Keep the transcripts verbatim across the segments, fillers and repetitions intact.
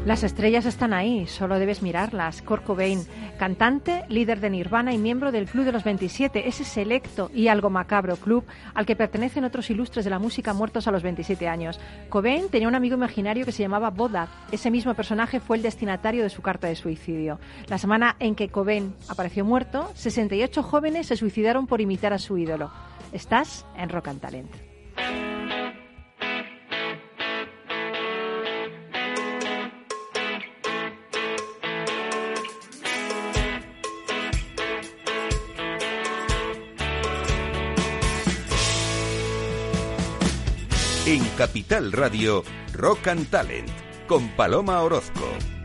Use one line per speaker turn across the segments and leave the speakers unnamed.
Las estrellas están ahí, solo debes mirarlas. Kurt Cobain, cantante, líder de Nirvana y miembro del Club de los veintisiete, ese selecto y algo macabro club al que pertenecen otros ilustres de la música muertos a los veintisiete años. Cobain tenía un amigo imaginario que se llamaba Bodak. Ese mismo personaje fue el destinatario de su carta de suicidio. La semana en que Cobain apareció muerto, sesenta y ocho jóvenes se suicidaron por imitar a su ídolo. Estás en Rock and Talent.
En Capital Radio, Rock and Talent, con Paloma Orozco.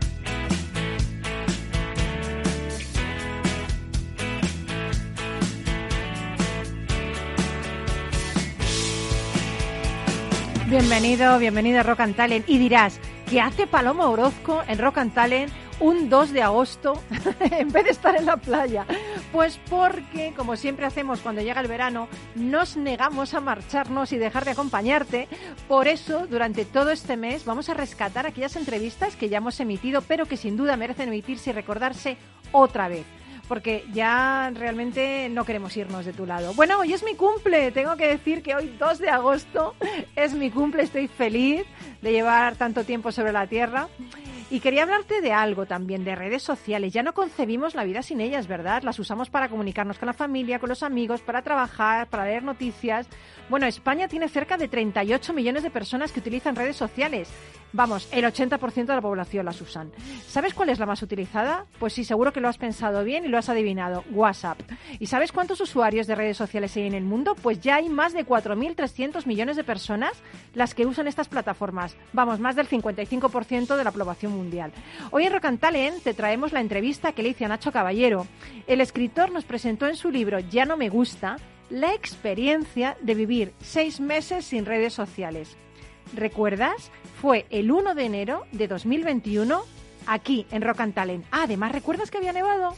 Bienvenido, bienvenido a Rock and Talent. Y dirás, ¿qué hace Paloma Orozco en Rock and Talent un dos de agosto en vez de estar en la playa? Pues porque, como siempre hacemos cuando llega el verano, nos negamos a marcharnos y dejar de acompañarte. Por eso, durante todo este mes, vamos a rescatar aquellas entrevistas que ya hemos emitido, pero que sin duda merecen emitirse y recordarse otra vez. Porque ya realmente no queremos irnos de tu lado. Bueno, hoy es mi cumple, tengo que decir que hoy dos de agosto es mi cumple, estoy feliz de llevar tanto tiempo sobre la tierra. Y quería hablarte de algo también, de redes sociales. Ya no concebimos la vida sin ellas, ¿verdad? Las usamos para comunicarnos con la familia, con los amigos, para trabajar, para leer noticias. Bueno, España tiene cerca de treinta y ocho millones de personas que utilizan redes sociales. Vamos, el ochenta por ciento de la población las usan. ¿Sabes cuál es la más utilizada? Pues sí, seguro que lo has pensado bien y lo has adivinado. WhatsApp. ¿Y sabes cuántos usuarios de redes sociales hay en el mundo? Pues ya hay más de cuatro mil trescientos millones de personas las que usan estas plataformas. Vamos, más del cincuenta y cinco por ciento de la población mundial. Hoy en Rock and Talent te traemos la entrevista que le hice a Nacho Caballero. El escritor nos presentó en su libro Ya no me gusta la experiencia de vivir seis meses sin redes sociales. ¿Recuerdas? Fue el uno de enero de dos mil veintiuno aquí en Rock and Talent. Ah, además, ¿recuerdas que había nevado?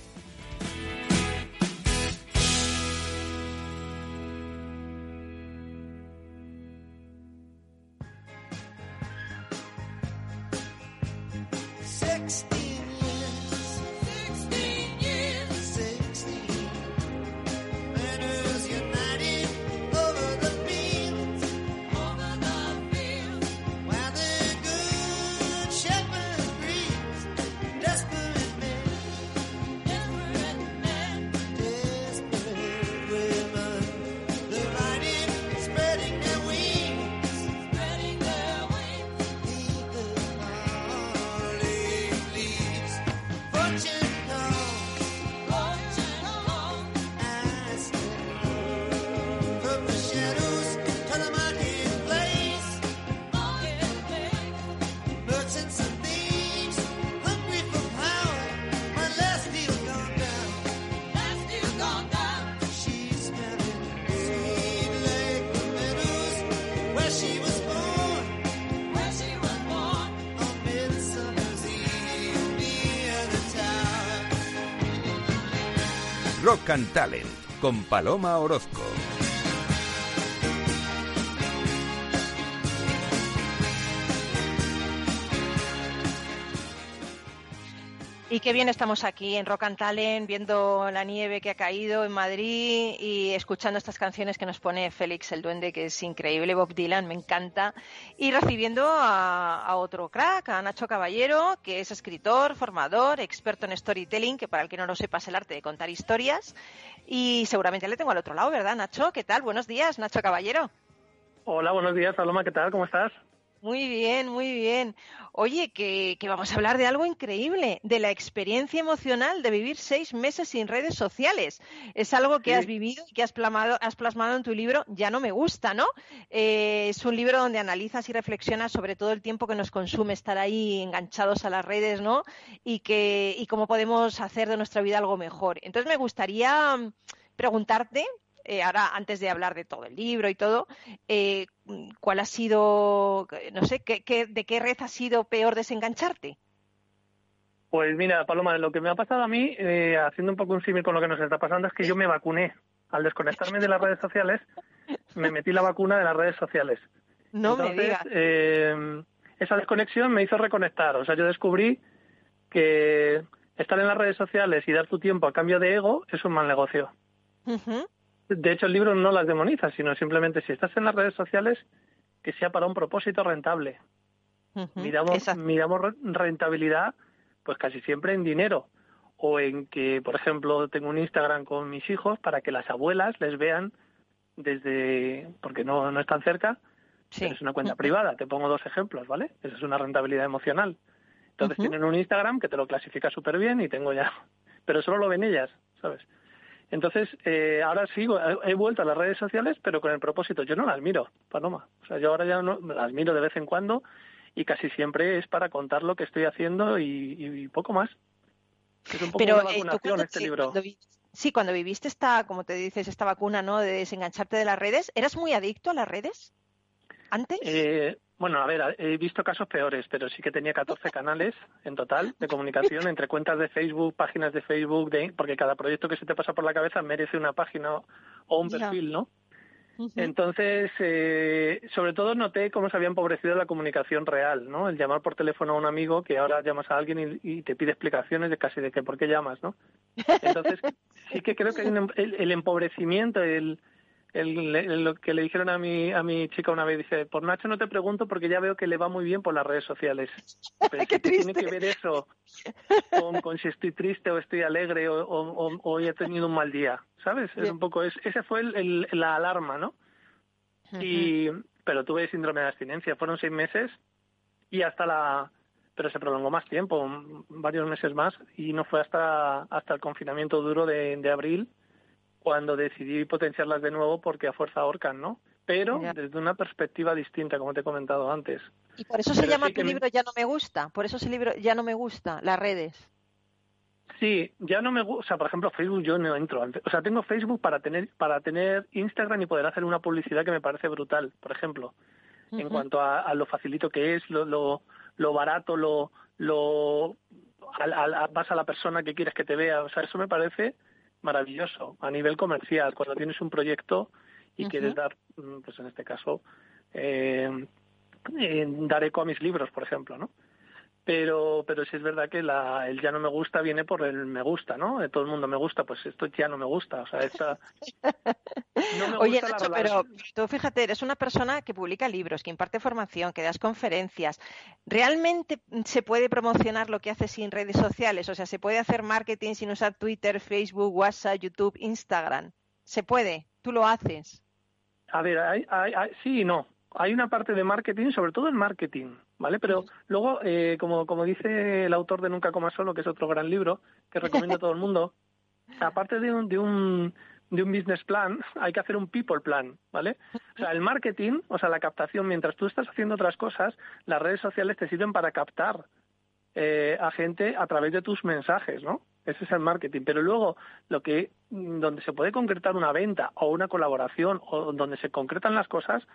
Rock and Talent, con Paloma Orozco.
Y qué bien estamos aquí en Rock and Talent, viendo la nieve que ha caído en Madrid y escuchando estas canciones que nos pone Félix el Duende, que es increíble, Bob Dylan, me encanta. Y recibiendo a, a otro crack, a Nacho Caballero, que es escritor, formador, experto en storytelling, que para el que no lo sepa es el arte de contar historias. Y seguramente le tengo al otro lado, ¿verdad, Nacho? ¿Qué tal? Buenos días, Nacho Caballero.
Hola, buenos días, Paloma, ¿qué tal? ¿Cómo estás?
Muy bien, muy bien. Oye, que, que vamos a hablar de algo increíble, de la experiencia emocional de vivir seis meses sin redes sociales. Es algo que sí. has vivido y que has plasmado, has plasmado en tu libro Ya no me gusta, ¿no? Eh, es un libro donde analizas y reflexionas sobre todo el tiempo que nos consume estar ahí enganchados a las redes, ¿no? Y, que, y cómo podemos hacer de nuestra vida algo mejor. Entonces me gustaría preguntarte, Eh, ahora antes de hablar de todo el libro y todo, eh, ¿cuál ha sido, no sé, qué, qué, de qué red ha sido peor desengancharte?
Pues mira, Paloma, lo que me ha pasado a mí, eh, haciendo un poco un símil con lo que nos está pasando, es que yo me vacuné. Al desconectarme de las redes sociales, me metí la vacuna de las redes sociales.
No
Entonces,
me digas.
Eh, esa desconexión me hizo reconectar. O sea, yo descubrí que estar en las redes sociales y dar tu tiempo a cambio de ego es un mal negocio.
Uh-huh.
De hecho, el libro no las demoniza, sino simplemente si estás en las redes sociales, que sea para un propósito rentable.
Uh-huh.
Miramos, miramos rentabilidad pues casi siempre en dinero, o en que, por ejemplo, tengo un Instagram con mis hijos para que las abuelas les vean desde, porque no, no están cerca, sí. Pero es una cuenta uh-huh. privada. Te pongo dos ejemplos, ¿vale? Esa es una rentabilidad emocional. Entonces uh-huh. tienen un Instagram que te lo clasifica súper bien y tengo ya, pero solo lo ven ellas, ¿sabes? Entonces, eh, ahora sigo, he, he vuelto a las redes sociales, pero con el propósito, yo no las miro, Paloma. O sea, yo ahora ya no las miro de vez en cuando y casi siempre es para contar lo que estoy haciendo y, y poco más. Es un poco
pero,
una vacunación
eh,
este
sí,
libro.
Cuando vi, sí, cuando viviste esta, como te dices, esta vacuna, ¿no?, de desengancharte de las redes, ¿eras muy adicto a las redes antes?
Eh, bueno, a ver, he visto casos peores, pero sí que tenía catorce canales en total de comunicación entre cuentas de Facebook, páginas de Facebook, de, porque cada proyecto que se te pasa por la cabeza merece una página o un perfil, ¿no? Uh-huh. Entonces, eh, sobre todo noté cómo se había empobrecido la comunicación real, ¿no? El llamar por teléfono a un amigo, que ahora llamas a alguien y, y te pide explicaciones de casi de que por qué llamas, ¿no? Entonces, sí que creo que hay un, el, el empobrecimiento, el, el, el, lo que le dijeron a mi a mi chica una vez, dice, por Nacho no te pregunto porque ya veo que le va muy bien por las redes sociales. Pero
¿Qué
tiene que ver eso con, con si estoy triste o estoy alegre o, o, o hoy he tenido un mal día, ¿sabes? Bien. Es un poco, es, ese fue el, el, la alarma, ¿no? Uh-huh. Y pero tuve síndrome de abstinencia, fueron seis meses y hasta la, pero se prolongó más tiempo, varios meses más, y no fue hasta hasta el confinamiento duro de, de abril cuando decidí potenciarlas de nuevo porque a fuerza ahorcan, ¿no? Pero ya. Desde una perspectiva distinta, como te he comentado antes.
Y por eso se pero llama sí tu libro me... Ya no me gusta, por eso ese libro Ya no me gusta, las redes.
Sí, ya no me gusta, o sea, por ejemplo, Facebook yo no entro. O sea, tengo Facebook para tener para tener Instagram y poder hacer una publicidad que me parece brutal, por ejemplo, uh-huh. en cuanto a, a lo facilito que es, lo lo, lo barato, lo lo a, a, vas a la persona que quieres que te vea, o sea, eso me parece maravilloso a nivel comercial, cuando tienes un proyecto y uh-huh. quieres dar, pues en este caso, eh, eh, dar eco a mis libros, por ejemplo, ¿no? Pero pero sí es verdad que la, el ya no me gusta viene por el me gusta, ¿no? De todo el mundo me gusta, pues esto ya no me gusta, o sea, esta... No me
Oye,
gusta
Nacho,
la
pero tú fíjate, eres una persona que publica libros, que imparte formación, que das conferencias. ¿Realmente se puede promocionar lo que haces sin redes sociales? O sea, ¿se puede hacer marketing sin usar Twitter, Facebook, WhatsApp, YouTube, Instagram? ¿Se puede? ¿Tú lo haces?
A ver, hay, hay, hay, sí y no. Hay una parte de marketing, sobre todo en marketing, ¿vale? Pero uh-huh. luego, eh, como, como dice el autor de Nunca comas solo, que es otro gran libro que recomiendo a todo el mundo, aparte de un, de un de un business plan, hay que hacer un people plan, ¿vale? O sea, el marketing, o sea, la captación, mientras tú estás haciendo otras cosas, las redes sociales te sirven para captar eh, a gente a través de tus mensajes, ¿no? Ese es el marketing. Pero luego, lo que donde se puede concretar una venta o una colaboración o donde se concretan las cosas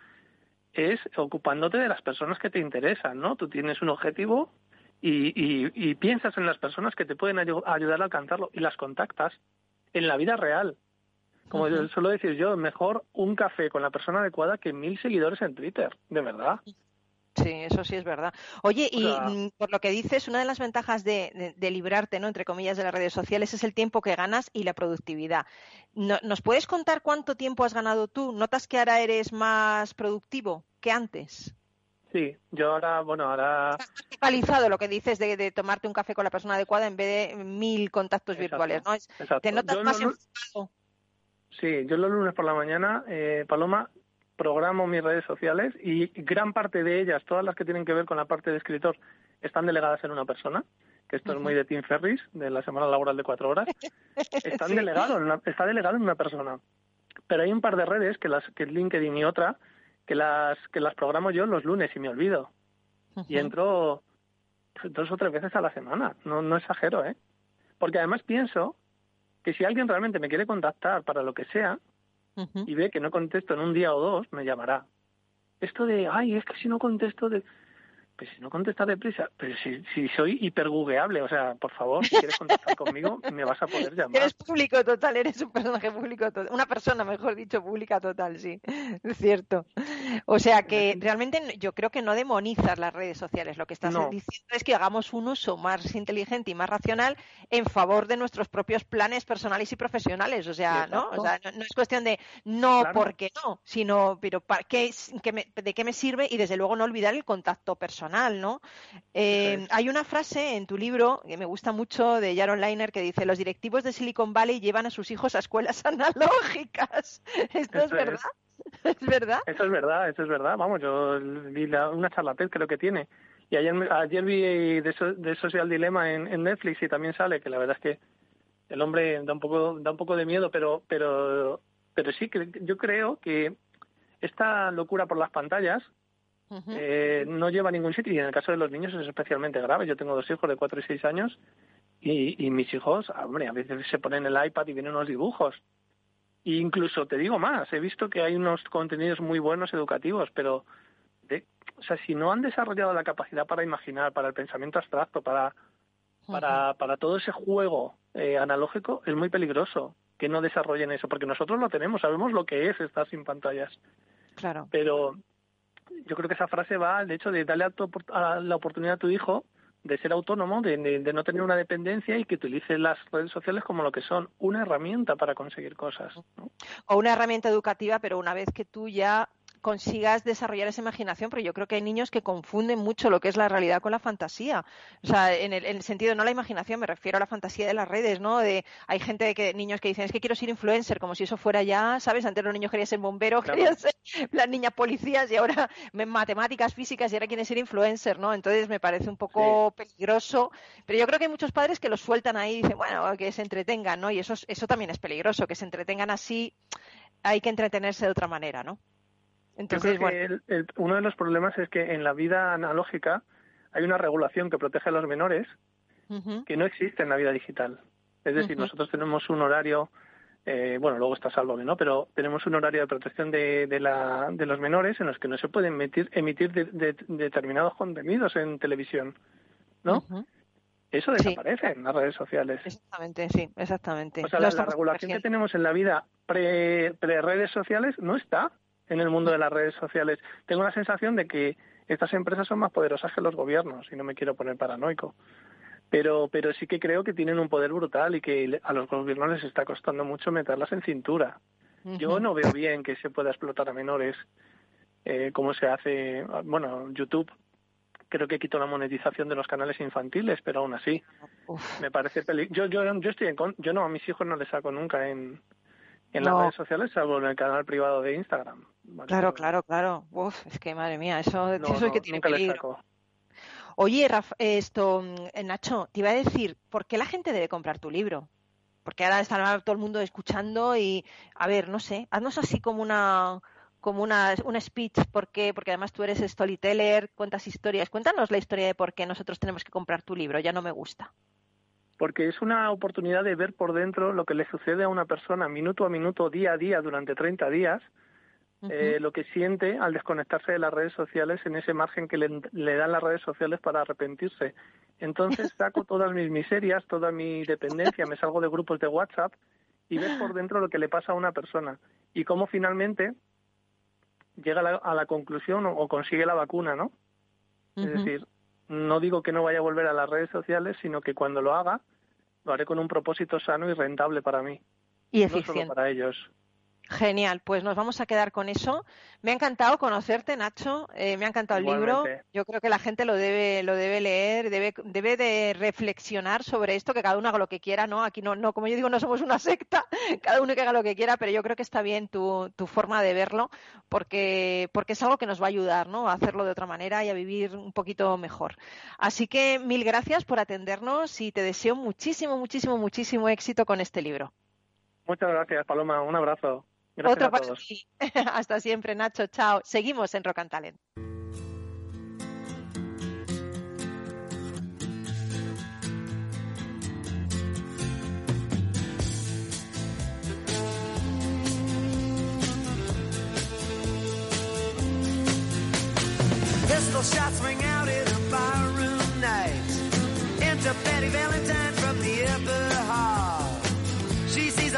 es ocupándote de las personas que te interesan, ¿no? Tú tienes un objetivo y, y, y piensas en las personas que te pueden ayu- ayudar a alcanzarlo y las contactas en la vida real. Como uh-huh. suelo decir yo, mejor un café con la persona adecuada que mil seguidores en Twitter, de verdad.
Sí, eso sí es verdad. Oye, y o sea, por lo que dices, una de las ventajas de, de, de librarte, ¿no?, entre comillas, de las redes sociales es el tiempo que ganas y la productividad. No, ¿Nos puedes contar cuánto tiempo has ganado tú? ¿Notas que ahora eres más productivo que antes?
Sí, yo ahora, bueno, ahora...
Has focalizado lo que dices de, de tomarte un café con la persona adecuada en vez de mil contactos
exacto,
virtuales, ¿no? Es,
exacto.
¿Te notas
yo
más
no,
enfocado?
Sí, yo los lunes por la mañana, eh, Paloma, programo mis redes sociales y gran parte de ellas, todas las que tienen que ver con la parte de escritor, están delegadas en una persona, que esto uh-huh. es muy de Tim Ferriss, de la semana laboral de cuatro horas. Están sí. delegados, en una, está delegado en una persona. Pero hay un par de redes, que las que es LinkedIn y otra, que las que las programo yo los lunes y me olvido. Uh-huh. Y entro dos o tres veces a la semana, no, no exagero, ¿eh? Porque además pienso que si alguien realmente me quiere contactar para lo que sea, uh-huh. y ve que no contesto en un día o dos, me llamará. Esto de, ay, es que si no contesto, de... Pues si no contestas deprisa, pero si, si soy hipergoogleable, o sea, por favor, si quieres contactar conmigo, me vas a poder llamar.
Eres público total, eres un personaje público total, una persona, mejor dicho, pública total, sí, es cierto. O sea que realmente yo creo que no demonizas las redes sociales, lo que estás no. diciendo es que hagamos un uso más inteligente y más racional en favor de nuestros propios planes personales y profesionales, o sea, ¿no? O sea, no, no es cuestión de no claro. porque no, sino, pero ¿para qué, qué me, de qué me sirve? Y desde luego no olvidar el contacto personal. ¿No? Eh, hay una frase en tu libro que me gusta mucho de Jaron Lanier que dice: los directivos de Silicon Valley llevan a sus hijos a escuelas analógicas. ¿Esto es verdad? Es. ¿Es verdad?
Eso es verdad, eso es verdad. Vamos, yo vi la, una charla TED creo que tiene. Y ayer, ayer vi de, so, de Social Dilemma en, en Netflix y también sale, que la verdad es que el hombre da un poco, da un poco de miedo, pero, pero, pero sí que yo creo que esta locura por las pantallas Uh-huh. Eh, no lleva a ningún sitio, y en el caso de los niños es especialmente grave. Yo tengo dos hijos de cuatro y seis años y, y mis hijos, hombre, a veces se ponen el iPad y vienen unos dibujos. E incluso te digo más, he visto que hay unos contenidos muy buenos educativos, pero de, o sea, si no han desarrollado la capacidad para imaginar, para el pensamiento abstracto, para uh-huh. para, para todo ese juego eh, analógico, es muy peligroso que no desarrollen eso, porque nosotros lo tenemos, sabemos lo que es estar sin pantallas.
Claro.
Pero yo creo que esa frase va al hecho de darle a, tu, a la oportunidad a tu hijo de ser autónomo, de, de, de no tener una dependencia y que utilice las redes sociales como lo que son, una herramienta para conseguir cosas, ¿no?
O una herramienta educativa, pero una vez que tú ya consigas desarrollar esa imaginación, porque yo creo que hay niños que confunden mucho lo que es la realidad con la fantasía. O sea, en el, en el sentido, no la imaginación, me refiero a la fantasía de las redes, ¿no? De, hay gente, que niños que dicen, es que quiero ser influencer, como si eso fuera ya, ¿sabes? Antes los niños querían ser bomberos, claro. querían ser las niñas policías y ahora matemáticas, físicas y ahora quieren ser influencer, ¿no? Entonces me parece un poco sí. peligroso, pero yo creo que hay muchos padres que los sueltan ahí y dicen, bueno, que se entretengan, ¿no? Y eso, eso también es peligroso, que se entretengan así, hay que entretenerse de otra manera, ¿no? Entonces,
Yo creo que
bueno.
el, el, uno de los problemas es que en la vida analógica hay una regulación que protege a los menores uh-huh. que no existe en la vida digital. Es decir, uh-huh. nosotros tenemos un horario, eh, bueno, luego está Sálvame, ¿no? Pero tenemos un horario de protección de, de, la, de los menores en los que no se pueden emitir, emitir de, de, de determinados contenidos en televisión, ¿no? Uh-huh. Eso desaparece sí. en las redes sociales.
Exactamente, sí, exactamente.
O sea, la, la regulación que tenemos en la vida pre, pre redes sociales no está en el mundo de las redes sociales. Tengo la sensación de que estas empresas son más poderosas que los gobiernos, y no me quiero poner paranoico. Pero pero sí que creo que tienen un poder brutal y que a los gobiernos les está costando mucho meterlas en cintura. Uh-huh. Yo no veo bien que se pueda explotar a menores eh, como se hace, bueno, YouTube. Creo que quitó la monetización de los canales infantiles, pero aún así Uf. me parece peligroso. Yo, yo, yo estoy en con... yo no, a mis hijos no les saco nunca en... En no. las redes sociales, salvo en el canal privado de Instagram.
Vale, claro, pero... claro, claro. Uf, es que madre mía, eso, no, eso no, es que tiene peligro. Oye, Rafa, esto, Nacho, te iba a decir, ¿por qué la gente debe comprar tu libro? Porque ahora está todo el mundo escuchando y, a ver, no sé, haznos así como una como una, una speech, ¿por qué? Porque además tú eres storyteller, cuentas historias. Cuéntanos la historia de por qué nosotros tenemos que comprar tu libro, ya no me gusta.
Porque es una oportunidad de ver por dentro lo que le sucede a una persona minuto a minuto, día a día, durante treinta días, uh-huh. eh, lo que siente al desconectarse de las redes sociales en ese margen que le, le dan las redes sociales para arrepentirse. Entonces saco todas mis miserias, toda mi dependencia, me salgo de grupos de WhatsApp y ves por dentro lo que le pasa a una persona y cómo finalmente llega a la, a la conclusión o, o consigue la vacuna, ¿no? Uh-huh. Es decir, no digo que no vaya a volver a las redes sociales, sino que cuando lo haga, lo haré con un propósito sano y rentable para mí.
Y eficiente.
No solo para ellos.
Genial, pues nos vamos a quedar con eso. Me ha encantado conocerte, Nacho. Eh, me ha encantado
Igualmente.
el libro. Yo creo que la gente lo debe, lo debe leer, debe, debe de reflexionar sobre esto, que cada uno haga lo que quiera, ¿no? Aquí no, no, como yo digo, no somos una secta, cada uno que haga lo que quiera, pero yo creo que está bien tu, tu forma de verlo, porque, porque es algo que nos va a ayudar, ¿no? A hacerlo de otra manera y a vivir un poquito mejor. Así que mil gracias por atendernos y te deseo muchísimo, muchísimo, muchísimo éxito con este libro.
Muchas gracias, Paloma. Un abrazo. Gracias
Otro
a
para
todos.
ti. Hasta siempre, Nacho. Chao. Seguimos en Rock and Talent.
Pistol shots ring out in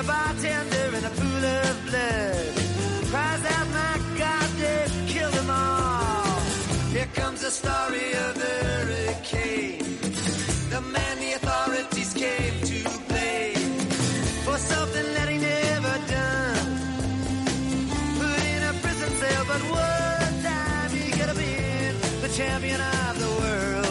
the bartender in a pool of blood. Cries out, my God, they've killed them all. Here comes the story of the hurricane. The man the authorities came to blame for something that he never done. Put in a prison cell, but one time he could have been the champion of the world.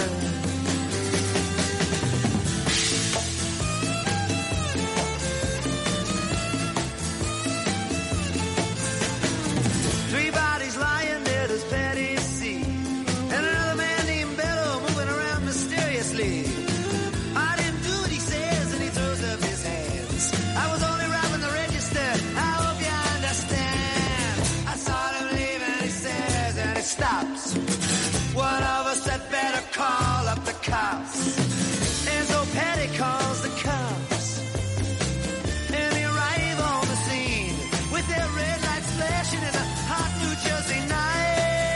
Three bodies lying dead as Patty C. And another man named Bello moving around mysteriously. I didn't do what he says, and he throws up his hands. I was only robbing the register, I hope you understand. I saw him leave and he says, and he stops. One of us had better call up the cops. And so Patty calls the cops. And they arrive on the scene with their red lights flashing in a hot New Jersey night.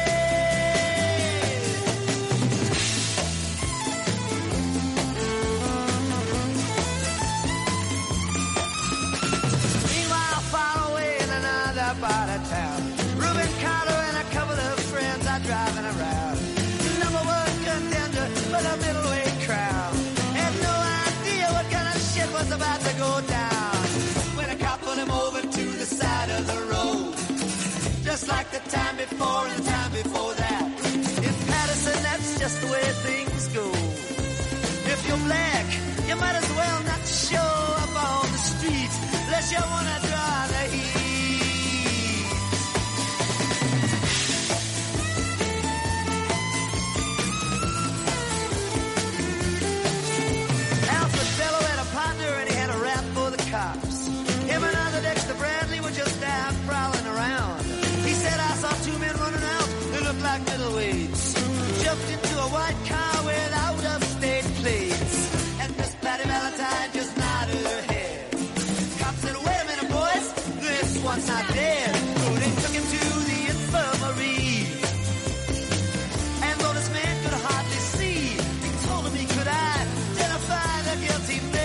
Meanwhile, far away in another part of town, Reuben Carter and a couple of friends are driving around. Number one contender for the middleweight crown. Had no idea what kind of shit was about to go down. When a cop put him over to the side of the road. Just like the time before and the time before that. In Patterson, that's just the way things go. If you're black, you might as well not show up on the streets unless you want to draw the heat. Alfred Bello had a partner and he had a rap for the cops. Him and other Dexter Bradley were just out prowling around. He said, I saw two men running out, they looked like middleweights. Jumped into a white car with out-of-state plates. And Miss Patty Valentine just nodded her head. Cop said, wait a minute, boys, this one's not dead. So they took him to the infirmary. And though this man could hardly see, he told him he could identify the guilty man.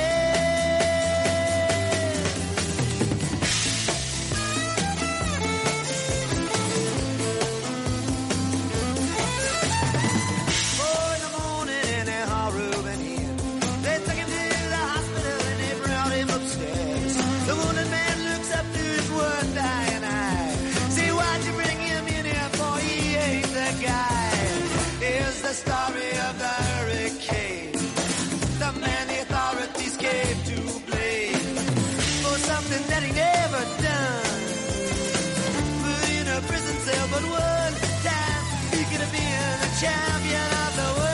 Four in the morning and they hauled Reuben in. They took him to the hospital and they brought him upstairs. The wounded man looks up to his one dying eye. See, why'd you bring him in here for? He ain't the guy. Here's the story of the hurricane. The man the authorities came to blame for something that he never done. Put in a prison cell, but one time he could have been the champion of the world.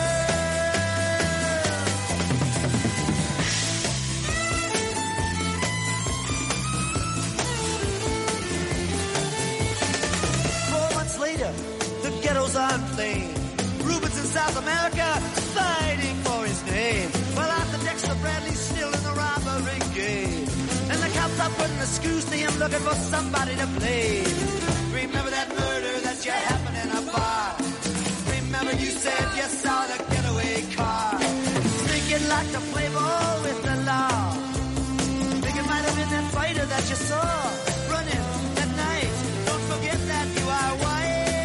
Four months later, the ghettos are inflamed. Reuben's in South America, fighting for his name. Well, after Dexter Bradley's still in the robbery game. And the cops are putting the screws to him, looking for somebody to blame. Remember that murder that you happened in a bar? Remember you said you saw the getaway car? Thinking like to play ball with the law. Think it might have been that fighter that you saw running that night. Don't forget that you are white.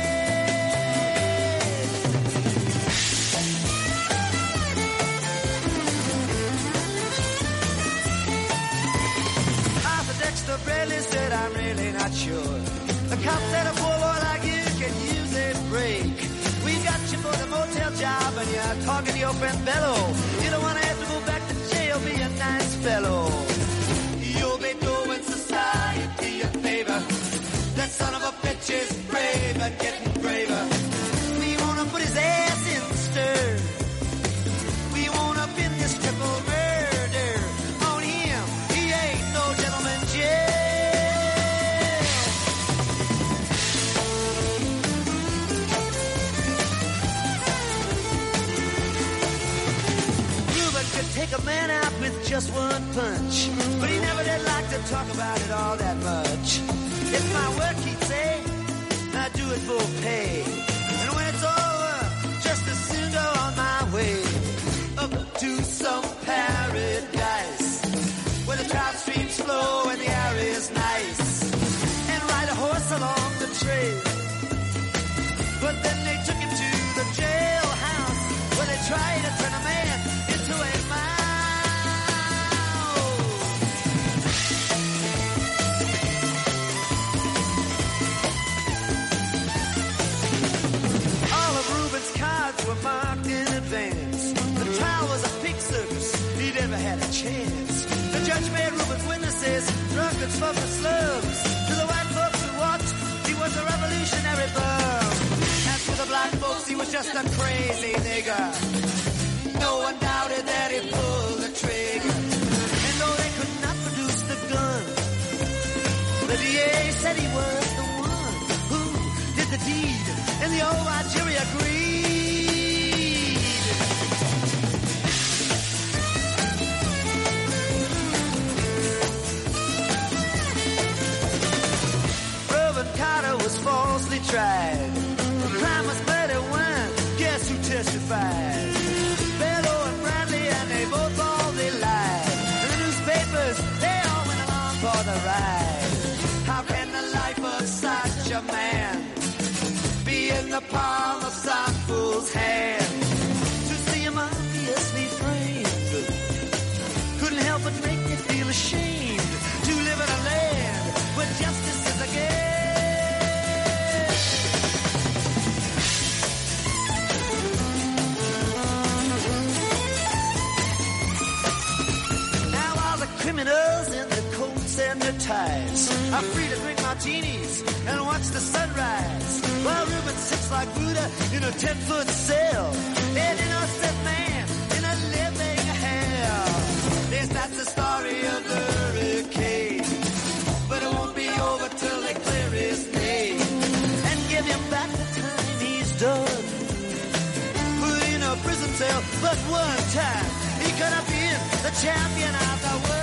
Arthur Dexter Bradley said, I'm really not sure. The cop said a poor boy like you can use a break. We got you for the motel job and you're talking to your friend Bello. You don't want to have to go back to jail, be a nice fellow. You'll be doing society a favor. That son of a bitch is brave and getting braver. We want to put his ass in the stir. We want to pin this triple murder on him. He ain't no gentleman jail. Reuben could take a man out with just one punch, but he never did like to talk about it all that much. It's my work, he'd say, I do it for pay. And when it's over, just as soon go on my way up to some paradise where the trout streams flow But then they took him to the jailhouse, where they tried to turn a man into a All of Reuben's cards were marked in advance. The trial was a pig circus, he never had a chance. The judge made Reuben's witnesses drunkards, smokers, slums. To the white folks who watched, he was a revolutionary bum. And to the black folks, he was just a crazy nigger. No one doubted that he pulled the trigger. And though they could not produce the gun, the D A said he was the one who did the deed. And the old white jury agreed. Reuben Carter was falsely tried. The crime was murder one. Guess who testified? Bellow and Bradley, and they both all they lied. And the newspapers, they all went along for the ride. How can the life of such a man be in the palm of some fool's hand? To see him obviously framed couldn't help but make me feel ashamed to live in a land where justice is a game. Now all the criminals in the coats and their ties are free to drink martinis and watch the sunrise, while Reuben sits like Buddha in a ten-foot cell, an innocent man in a living hell. Yes, that's the story of the hurricane, but it won't be over till they clear his name and give him back the time he's done. Put in a prison cell, but one time he could have been the champion of the world.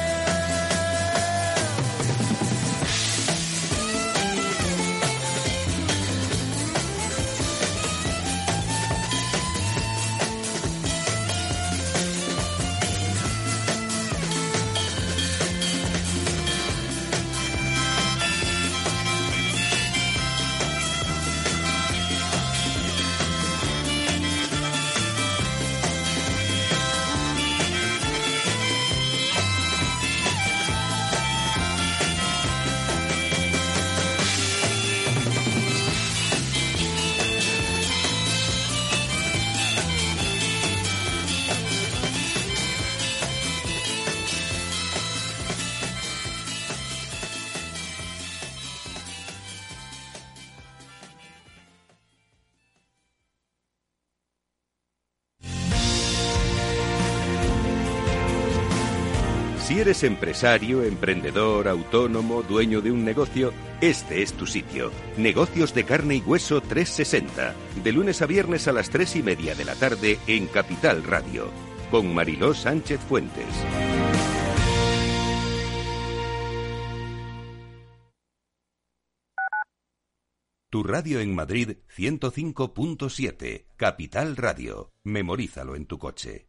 Si eres empresario, emprendedor, autónomo, dueño de un negocio, este es tu sitio. Negocios de Carne y Hueso trescientos sesenta. De lunes a viernes a las tres y media de la tarde en Capital Radio. Con Mariló Sánchez Fuentes. Tu radio en Madrid ciento cinco punto siete. Capital Radio. Memorízalo en tu coche.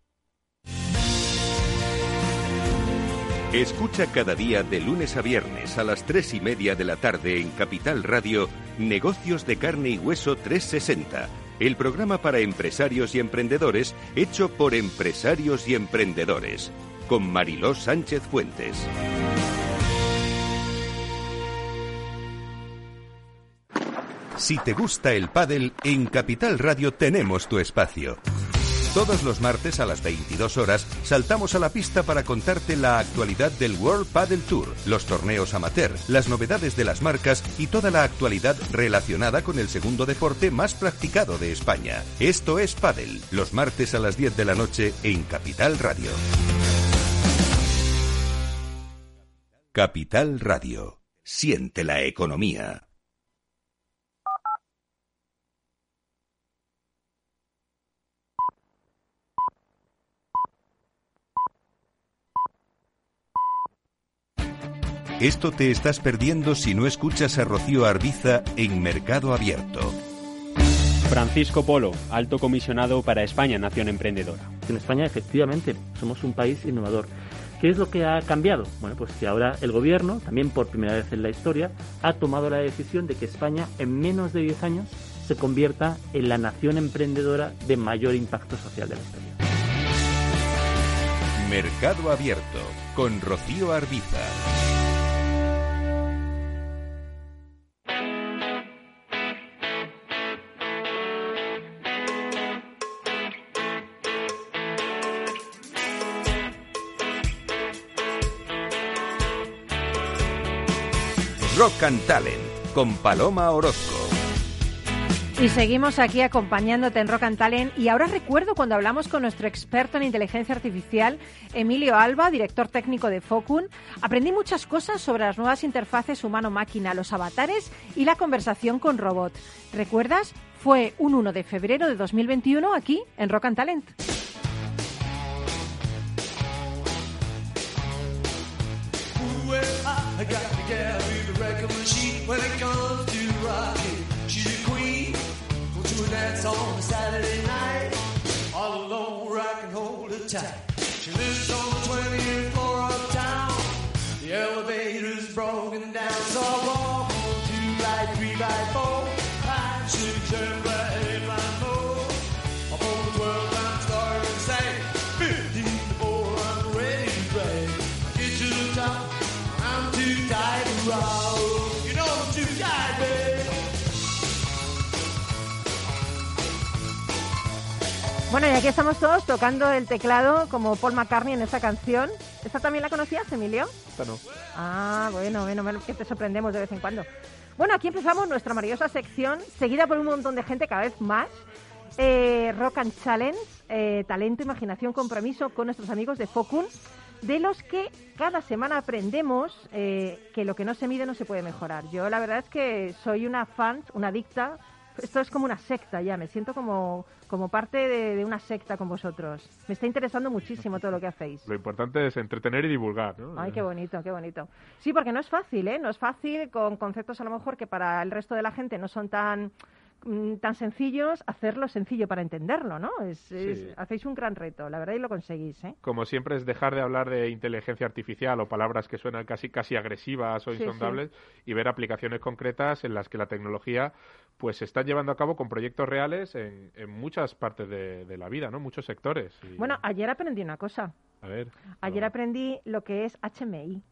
Escucha cada día de lunes a viernes a las tres y media de la tarde en Capital Radio Negocios de Carne y Hueso trescientos sesenta, el programa para empresarios y emprendedores hecho por empresarios y emprendedores, con Mariló Sánchez Fuentes. Si te gusta el pádel, en Capital Radio tenemos tu espacio. Todos los martes a las veintidós horas saltamos a la pista para contarte la actualidad del World Padel Tour, los torneos amateur, las novedades de las marcas y toda la actualidad relacionada con el segundo deporte más practicado de España. Esto es Padel, los martes a las diez de la noche en Capital Radio. Capital Radio. Siente la economía. Esto te estás perdiendo si no escuchas a Rocío Arbiza en Mercado Abierto.
Francisco Polo, alto comisionado para España, Nación Emprendedora.
En España, efectivamente, somos un país innovador. ¿Qué es lo que ha cambiado? Bueno, pues que ahora el gobierno, también por primera vez en la historia, ha tomado la decisión de que España en menos de diez años se convierta en la nación emprendedora de mayor impacto social de la historia.
Mercado Abierto con Rocío Arbiza. Rock and Talent con Paloma Orozco.
Y seguimos aquí acompañándote en Rock and Talent. Y ahora recuerdo cuando hablamos con nuestro experto en inteligencia artificial, Emilio Alba, director técnico de Focun. Aprendí muchas cosas sobre las nuevas interfaces humano-máquina, los avatares y la conversación con robot. ¿Recuerdas? Fue un uno de febrero de dos mil veintiuno aquí en Rock and Talent.
I got the gal with the record machine. When it comes to rocking, she's a queen. Go to a dance on a Saturday night. All alone where I can hold her tight. She lives on the twentieth floor of town. The elevator's broken down. So I walk on two by three by four. Five, six, seven, eight, nine, four. I'm on the twelve time star and say fifteen to four, I'm ready to play. Get to the top.
Bueno, y aquí estamos todos tocando el teclado como Paul McCartney en esta canción. ¿Esta también la conocías, Emilio?
Esta no.
Ah, bueno, bueno, bueno, que te sorprendemos de vez en cuando. Bueno, aquí empezamos nuestra maravillosa sección, seguida por un montón de gente cada vez más. Eh, Rock and Challenge, eh, talento, imaginación, compromiso con nuestros amigos de Focun, de los que cada semana aprendemos eh, que lo que no se mide no se puede mejorar. Yo la verdad es que soy una fan, una adicta. Esto es como una secta ya, me siento como, como parte de, de una secta con vosotros. Me está interesando muchísimo todo lo que hacéis.
Lo importante es entretener y divulgar, ¿no?
Ay, qué bonito, qué bonito. Sí, porque no es fácil, ¿eh? No es fácil con conceptos a lo mejor que para el resto de la gente no son tan... tan sencillos, hacerlo sencillo para entenderlo, ¿no? Es,
Sí.
es, hacéis un gran reto, la verdad, y lo conseguís, ¿eh?
Como siempre es dejar de hablar de inteligencia artificial o palabras que suenan casi casi agresivas o
Sí,
insondables y ver aplicaciones concretas en las que la tecnología pues se está llevando a cabo con proyectos reales en, en muchas partes de, de la vida, ¿no? Muchos sectores. Y,
Bueno, ayer aprendí una cosa.
a ver,
Ayer
no,
aprendí lo que es H M I.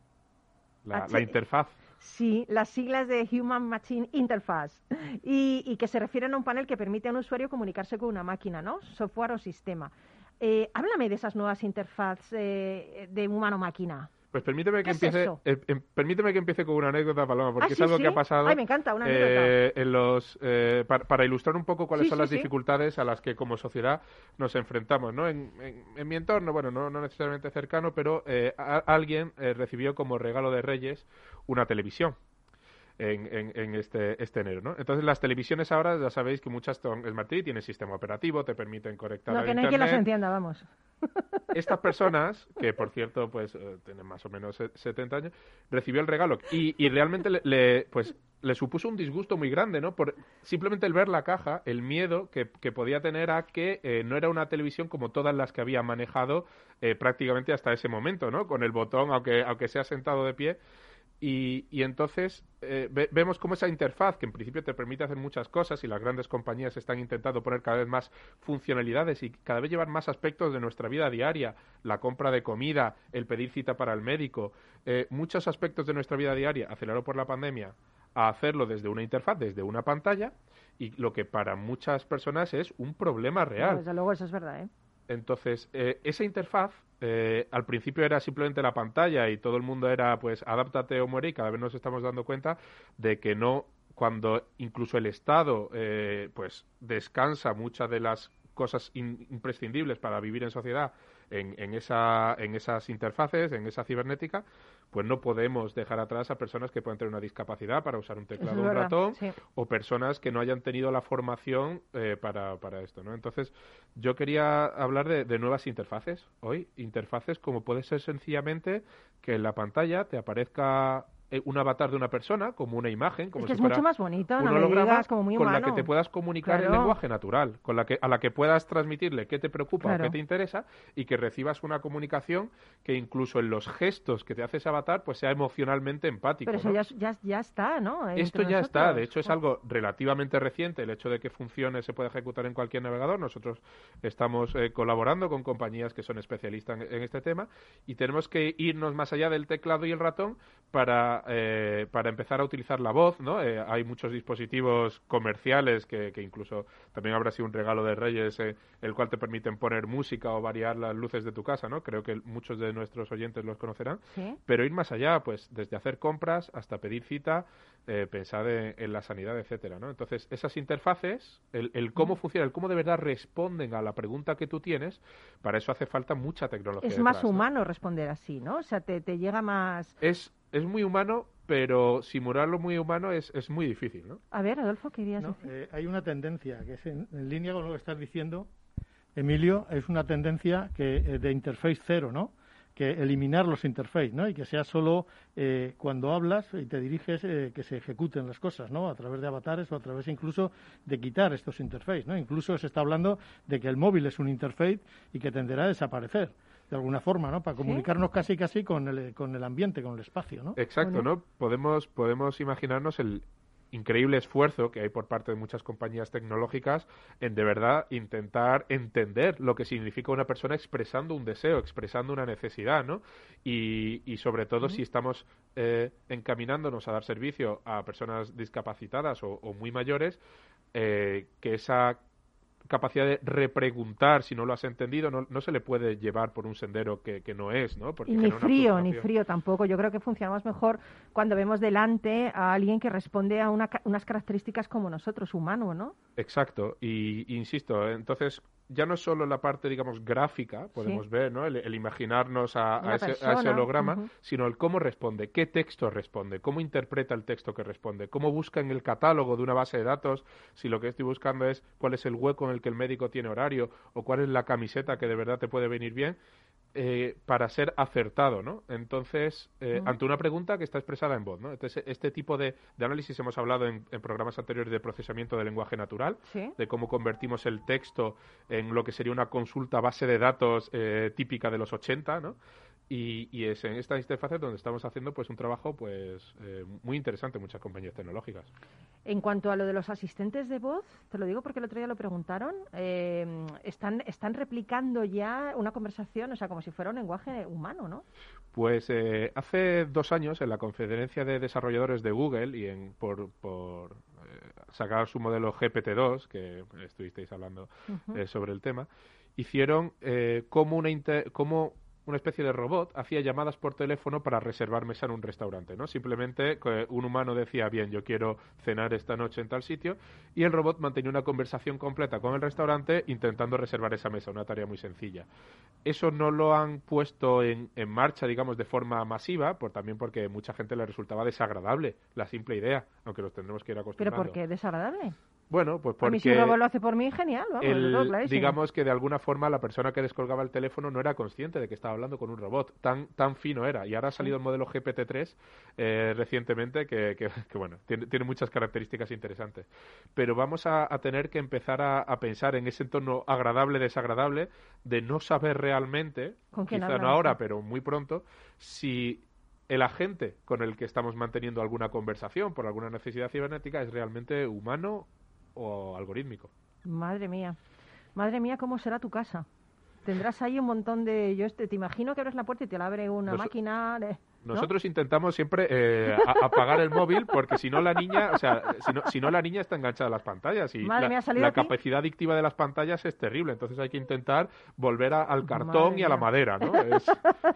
la,
H-
la interfaz.
Sí, las siglas de Human Machine Interface, y, y que se refieren a un panel que permite a un usuario comunicarse con una máquina, ¿no? Software o sistema. Eh, háblame de esas nuevas interfaces eh, de humano-máquina.
Pues permíteme que
¿Qué es
empiece,
eso?
eh, em- permíteme que empiece con una anécdota, Paloma, porque
Ah,
es
¿sí,
algo
sí?
que ha pasado.
Ay, me encanta, una
eh, en los, eh, para, para ilustrar un poco cuáles
Sí,
son
sí,
las
sí.
dificultades a las que como sociedad nos enfrentamos, ¿no? En, en- en mi entorno, bueno, no, no necesariamente cercano, pero eh, a- alguien eh, recibió como regalo de Reyes una televisión. En, en, en este, este enero, ¿no? Entonces las televisiones ahora ya sabéis que muchas son Smart T V, tienen sistema operativo, te permiten conectar
No,
al
que no hay quien
internet.
los entienda, vamos.
Estas personas, que por cierto pues eh, tienen más o menos se- setenta años, recibió el regalo y, y realmente le, le, pues le supuso un disgusto muy grande, ¿no? Por simplemente el ver la caja, el miedo que, que podía tener a que eh, no era una televisión como todas las que había manejado eh, prácticamente hasta ese momento, ¿no? Con el botón, aunque aunque sea sentado de pie. Y, y entonces eh, ve- vemos cómo esa interfaz, que en principio te permite hacer muchas cosas y las grandes compañías están intentando poner cada vez más funcionalidades y cada vez llevar más aspectos de nuestra vida diaria, la compra de comida, el pedir cita para el médico, eh, muchos aspectos de nuestra vida diaria, acelerado por la pandemia, a hacerlo desde una interfaz, desde una pantalla, y lo que para muchas personas es un problema
No,
real.
desde luego, eso es verdad, ¿eh?
Entonces, eh, esa interfaz, eh, al principio era simplemente la pantalla y todo el mundo era, pues, adáptate o muere, y cada vez nos estamos dando cuenta de que no, cuando incluso el Estado, eh, pues, descansa muchas de las cosas in- imprescindibles para vivir en sociedad en, en, esa, en esas interfaces, en esa cibernética, pues no podemos dejar atrás a personas que pueden tener una discapacidad para usar un teclado
Eso
o
es
un
verdad,
ratón,
sí.
o personas que no hayan tenido la formación eh, para, para esto, ¿no? Entonces, yo quería hablar de, de nuevas interfaces hoy, interfaces como puede ser sencillamente que en la pantalla te aparezca un avatar de una persona, como una imagen, como
es que
si
es
fuera
mucho más bonito,
un
no me
holograma,
digas, como muy
con
humano.
la que te puedas comunicar
Claro.
en lenguaje natural, con la que a la que puedas transmitirle qué te preocupa
Claro.
o qué te interesa y que recibas una comunicación que incluso en los gestos que te hace ese avatar pues sea emocionalmente empático.
Pero eso
¿no?
ya, ya, ya está, ¿no? Entre
Esto ya
nosotros.
está, de hecho es algo relativamente reciente, el hecho de que funcione, se puede ejecutar en cualquier navegador. Nosotros estamos eh, colaborando con compañías que son especialistas en, en este tema y tenemos que irnos más allá del teclado y el ratón para, eh, para empezar a utilizar la voz, ¿no? Eh, hay muchos dispositivos comerciales que, que incluso también habrá sido un regalo de Reyes, eh, el cual te permiten poner música o variar las luces de tu casa, ¿no? Creo que muchos de nuestros oyentes los conocerán.
¿Sí?
Pero ir más allá, pues desde hacer compras hasta pedir cita, eh, pensar en, en la sanidad, etcétera, ¿no? Entonces, esas interfaces, el, el cómo funciona, el cómo de verdad responden a la pregunta que tú tienes, para eso hace falta mucha tecnología.
Es
detrás,
más
¿no?
humano responder así, ¿no? O sea, te, te llega más...
Es, es muy humano, pero simularlo muy humano es, es muy difícil, ¿no?
A ver, Adolfo, ¿qué querías
No,
decir?
eh, hay una tendencia que es en, en línea con lo que estás diciendo, Emilio, es una tendencia que eh, de interface cero, ¿no? Que eliminar los interfaces, ¿no? Y que sea solo eh, cuando hablas y te diriges eh, que se ejecuten las cosas, ¿no? A través de avatares o a través incluso de quitar estos interfaces, ¿no? Incluso se está hablando de que el móvil es un interface y que tenderá a desaparecer de alguna forma, ¿no? Para comunicarnos casi casi con el, con el ambiente, con el espacio, ¿no?
Exacto, ¿no? Podemos, podemos imaginarnos el increíble esfuerzo que hay por parte de muchas compañías tecnológicas en de verdad intentar entender lo que significa una persona expresando un deseo, expresando una necesidad, ¿no? Y, y sobre todo si estamos eh, encaminándonos a dar servicio a personas discapacitadas o, o muy mayores, eh, que esa capacidad de repreguntar si no lo has entendido no, no se le puede llevar por un sendero que, que no es, ¿no? Porque
Y ni
genera una
frío, ni
frustración.
frío tampoco. Yo creo que funcionamos mejor cuando vemos delante a alguien que responde a una, ca- unas características como nosotros, humano, ¿no?
Exacto, y insisto, entonces ya no es solo la parte, digamos, gráfica, podemos
Sí.
ver, ¿no? El, el imaginarnos a,
Una
a, ese, a ese
persona,
holograma,
ujú.
sino el cómo responde, qué texto responde, cómo interpreta el texto que responde, cómo busca en el catálogo de una base de datos si lo que estoy buscando es cuál es el hueco en el que el médico tiene horario o cuál es la camiseta que de verdad te puede venir bien. Eh, para ser acertado, ¿no? Entonces, eh,
Mm.
ante una pregunta que está expresada en voz, ¿no? Entonces, este tipo de, de análisis hemos hablado en, en programas anteriores de procesamiento del lenguaje natural,
Sí.
de cómo convertimos el texto en lo que sería una consulta base de datos eh, típica de los ochenta, ¿no? Y, y es en esta interfaz donde estamos haciendo pues un trabajo pues eh, muy interesante en muchas compañías tecnológicas.
En cuanto a lo de los asistentes de voz, te lo digo porque el otro día lo preguntaron, eh, están, están replicando ya una conversación, o sea, como si fuera un lenguaje humano, ¿no?
Pues eh, hace dos años en la conferencia de desarrolladores de Google y en, por, por eh, sacar su modelo G P T dos, que estuvisteis hablando
Ujú.
eh, sobre el tema, hicieron eh, como una inter- como una especie de robot hacía llamadas por teléfono para reservar mesa en un restaurante, ¿no? Simplemente eh, un humano decía, bien, yo quiero cenar esta noche en tal sitio, y el robot mantenía una conversación completa con el restaurante intentando reservar esa mesa, una tarea muy sencilla. Eso no lo han puesto en, en marcha, digamos, de forma masiva, por, también porque mucha gente le resultaba desagradable la simple idea, aunque los tendremos que ir
¿Pero
acostumbrando.
por qué? ¿Desagradable?
Bueno, pues
A mí si
porque
un robot lo hace por mí, genial, vamos,
el-
lo tengo clarísimo.
digamos que de alguna forma la persona que descolgaba el teléfono no era consciente de que estaba hablando con un robot, tan tan fino era. Y ahora ha salido el modelo G P T tres eh, recientemente que, que, que, bueno, tiene, tiene muchas características interesantes. Pero vamos a, a tener que empezar a, a pensar en ese entorno agradable-desagradable de no saber realmente,
¿Con quién
quizá no
hablamos?
ahora, pero muy pronto, si el agente con el que estamos manteniendo alguna conversación por alguna necesidad cibernética es realmente humano o algorítmico.
Madre mía, madre mía, ¿cómo será tu casa? Tendrás ahí un montón de... Yo este, te imagino que abres la puerta y te la abre una
Nos-
máquina... de- ¿no?
Nosotros intentamos siempre eh, a- apagar el móvil porque si no la niña, o sea, si no, si no la niña está enganchada a las pantallas y
Madre
la,
mía, ¿ha salido
la
a ti?
capacidad adictiva de las pantallas es terrible, entonces hay que intentar volver a- al cartón
Madre
y a la
mía.
madera, ¿no? Es-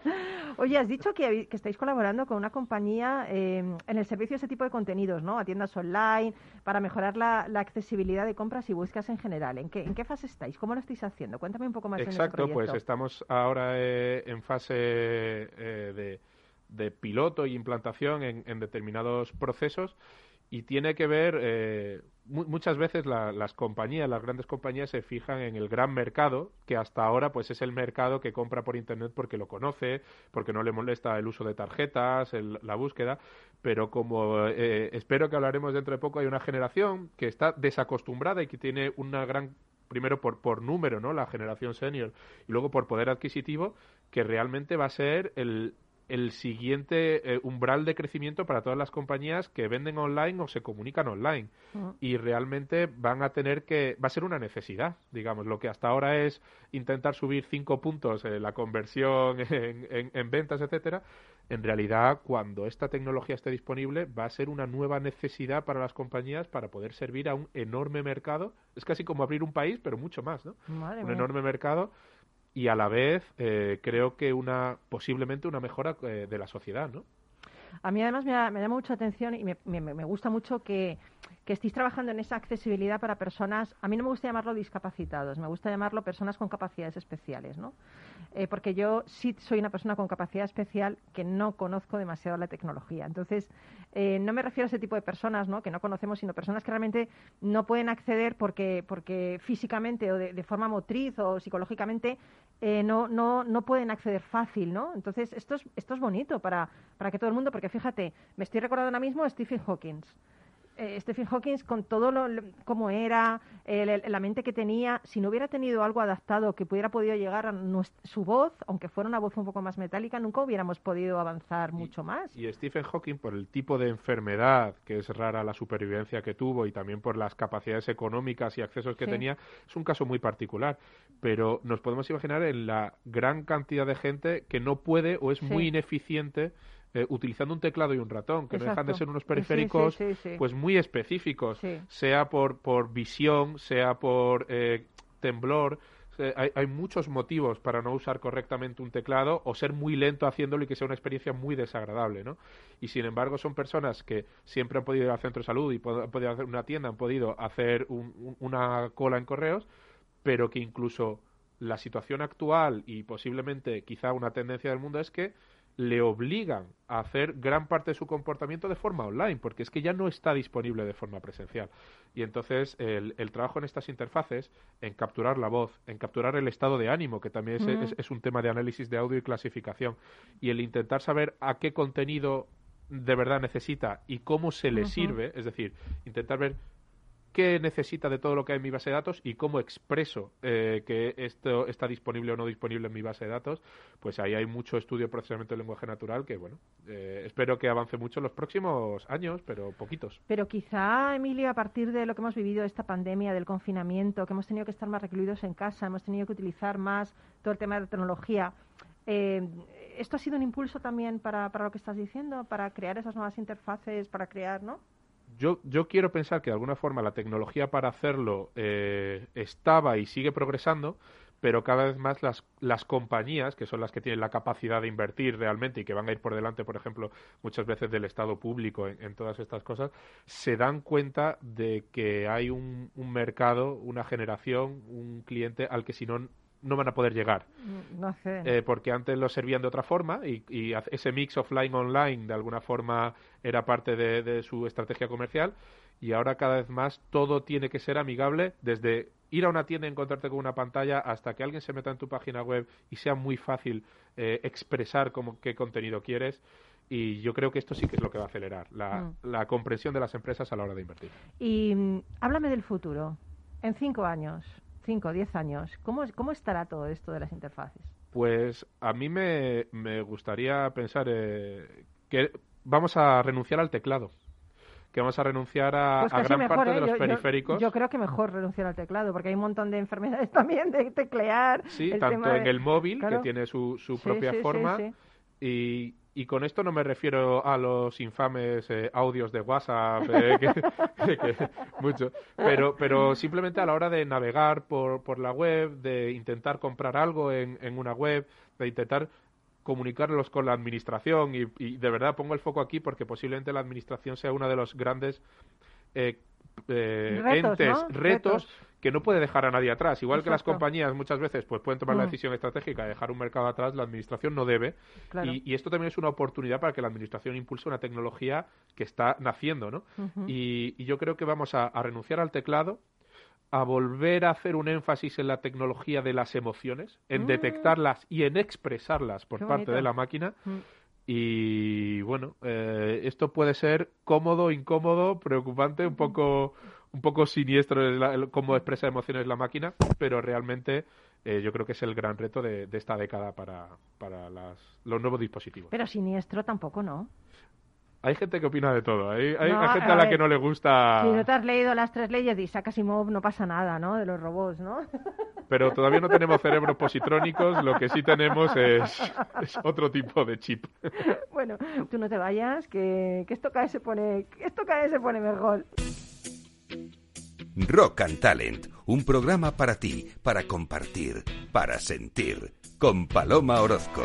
Oye, has dicho que, habéis- que estáis colaborando con una compañía eh, en el servicio de ese tipo de contenidos, ¿no? A tiendas online, para mejorar la, la accesibilidad de compras y búsquedas en general. ¿En qué, ¿En qué fase estáis? ¿Cómo lo estáis haciendo? Cuéntame un poco más en ese
Exacto,
proyecto.
pues estamos ahora eh, en fase eh, de, de piloto y implantación en, en determinados procesos y tiene que ver, eh, mu muchas veces la, las compañías, las grandes compañías se fijan en el gran mercado, que hasta ahora pues es el mercado que compra por Internet porque lo conoce, porque no le molesta el uso de tarjetas, el, la búsqueda, pero como eh, espero que hablaremos dentro de poco, hay una generación que está desacostumbrada y que tiene una gran, primero por, por número, ¿no?, la generación senior, y luego por poder adquisitivo, que realmente va a ser el el siguiente eh, umbral de crecimiento para todas las compañías que venden online o se comunican online. Uh-huh. Y realmente van a tener que... Va a ser una necesidad, digamos. Lo que hasta ahora es intentar subir cinco puntos en la conversión en, en, en ventas, etcétera. En realidad, cuando esta tecnología esté disponible, va a ser una nueva necesidad para las compañías para poder servir a un enorme mercado. Es casi como abrir un país, pero mucho más, ¿no?
Madre
un
mía.
enorme mercado. Y a la vez eh, creo que una posiblemente una mejora eh, de la sociedad, ¿no?
A mí además me, da, me llama mucha atención y me, me, me gusta mucho que, que estéis trabajando en esa accesibilidad para personas, a mí no me gusta llamarlo discapacitados, me gusta llamarlo personas con capacidades especiales, ¿no? Eh, porque yo sí soy una persona con capacidad especial que no conozco demasiado la tecnología. Entonces, eh, no me refiero a ese tipo de personas, ¿no?, que no conocemos, sino personas que realmente no pueden acceder porque, porque físicamente o de, de forma motriz o psicológicamente eh, no, no, no pueden acceder fácil, ¿no? Entonces, esto es, esto es bonito para, para que todo el mundo, porque fíjate, me estoy recordando ahora mismo a Stephen Hawking. Eh, Stephen Hawking, con todo lo, lo cómo era, eh, la mente que tenía, si no hubiera tenido algo adaptado que hubiera podido llegar a nuestra, su voz, aunque fuera una voz un poco más metálica, nunca hubiéramos podido avanzar mucho
y,
más.
Y Stephen Hawking, por el tipo de enfermedad, que es rara la supervivencia que tuvo, y también por las capacidades económicas y accesos que sí. tenía, es un caso muy particular. Pero nos podemos imaginar en la gran cantidad de gente que no puede o es sí. muy ineficiente Eh, utilizando un teclado y un ratón, que Exacto. no dejan de ser unos periféricos
sí, sí, sí, sí.
pues muy específicos,
sí.
sea por, por visión, sea por eh, temblor. Eh, hay, hay muchos motivos para no usar correctamente un teclado o ser muy lento haciéndolo y que sea una experiencia muy desagradable, ¿no? Y sin embargo son personas que siempre han podido ir al centro de salud y pod- han podido hacer una tienda, han podido hacer un, un, una cola en correos, pero que incluso la situación actual y posiblemente quizá una tendencia del mundo es que le obligan a hacer gran parte de su comportamiento de forma online, porque es que ya no está disponible de forma presencial. Y entonces el, el trabajo en estas interfaces, en capturar la voz, en capturar el estado de ánimo, que también es, mm. es, es un tema de análisis de audio y clasificación, y el intentar saber a qué contenido de verdad necesita y cómo se le uh-huh. sirve, es decir, intentar ver qué necesita de todo lo que hay en mi base de datos y cómo expreso eh, que esto está disponible o no disponible en mi base de datos, pues ahí hay mucho estudio de procesamiento del lenguaje natural que, bueno, eh, espero que avance mucho en los próximos años, pero poquitos.
Pero quizá, Emilio, a partir de lo que hemos vivido, esta pandemia, del confinamiento, que hemos tenido que estar más recluidos en casa, hemos tenido que utilizar más todo el tema de la tecnología, eh, ¿esto ha sido un impulso también para, para lo que estás diciendo, para crear esas nuevas interfaces, para crear, ¿no?
Yo, yo quiero pensar que de alguna forma la tecnología para hacerlo eh, estaba y sigue progresando, pero cada vez más las, las compañías, que son las que tienen la capacidad de invertir realmente y que van a ir por delante, por ejemplo, muchas veces del Estado público en, en todas estas cosas, se dan cuenta de que hay un, un mercado, una generación, un cliente al que si no no van a poder llegar.
No sé.
Eh, porque antes lo servían de otra forma y, y ese mix offline-online de alguna forma era parte de, de su estrategia comercial, y ahora cada vez más todo tiene que ser amigable, desde ir a una tienda y encontrarte con una pantalla hasta que alguien se meta en tu página web y sea muy fácil eh, expresar cómo, qué contenido quieres. Y yo creo que esto sí que es lo que va a acelerar la, mm. la comprensión de las empresas a la hora de invertir.
Y um, háblame del futuro. En cinco años, cinco o diez años, ¿cómo, ¿cómo estará todo esto de las interfaces?
Pues a mí me, me gustaría pensar eh, que vamos a renunciar al teclado, que vamos a renunciar a,
pues
a gran
mejor,
parte
¿eh?
de los
yo,
periféricos.
Yo, yo creo que mejor renunciar al teclado, porque hay un montón de enfermedades también de teclear.
Sí,
el
tanto
tema de...
en el móvil,
claro.
que tiene su, su
sí,
propia
sí,
forma,
sí, sí.
Y, y con esto no me refiero a los infames eh, audios de WhatsApp, eh, que, que, que, mucho, pero, pero simplemente a la hora de navegar por, por la web, de intentar comprar algo en, en una web, de intentar comunicarlos con la administración, y, y de verdad pongo el foco aquí porque posiblemente la administración sea uno de los grandes eh, eh,
Retos,
entes,
¿no?
retos,
Retos.
que no puede dejar a nadie atrás. Igual que las
Exacto.
compañías muchas veces pues pueden tomar la
Mm.
decisión estratégica de dejar un mercado atrás, la administración no debe.
Claro.
Y, y esto también es una oportunidad para que la administración impulse una tecnología que está naciendo, ¿no?
Ujú.
y, y yo creo que vamos a, a renunciar al teclado, a volver a hacer un énfasis en la tecnología de las emociones, en
Mm.
detectarlas y en expresarlas por
Qué
parte
bonito.
de la máquina.
Mm.
Y bueno, eh, esto puede ser cómodo, incómodo, preocupante, un poco, un poco siniestro el- el- cómo expresa emociones la máquina, pero realmente eh, yo creo que es el gran reto de, de esta década para, para las, los nuevos dispositivos.
Pero siniestro tampoco, ¿no?
Hay gente que opina de todo, hay, hay,
No,
hay gente
a
a la
ver,
que no le gusta,
Si no te has leído las tres leyes de Isaac Asimov, no pasa nada, ¿no? De los robots, ¿no?
pero todavía no tenemos cerebros positrónicos, lo que sí tenemos es, es otro tipo de chip.
Bueno, tú no te vayas, que, que esto cada vez se pone, que esto cada vez se pone mejor.
Rock and Talent, un programa para ti, para compartir, para sentir, con Paloma Orozco.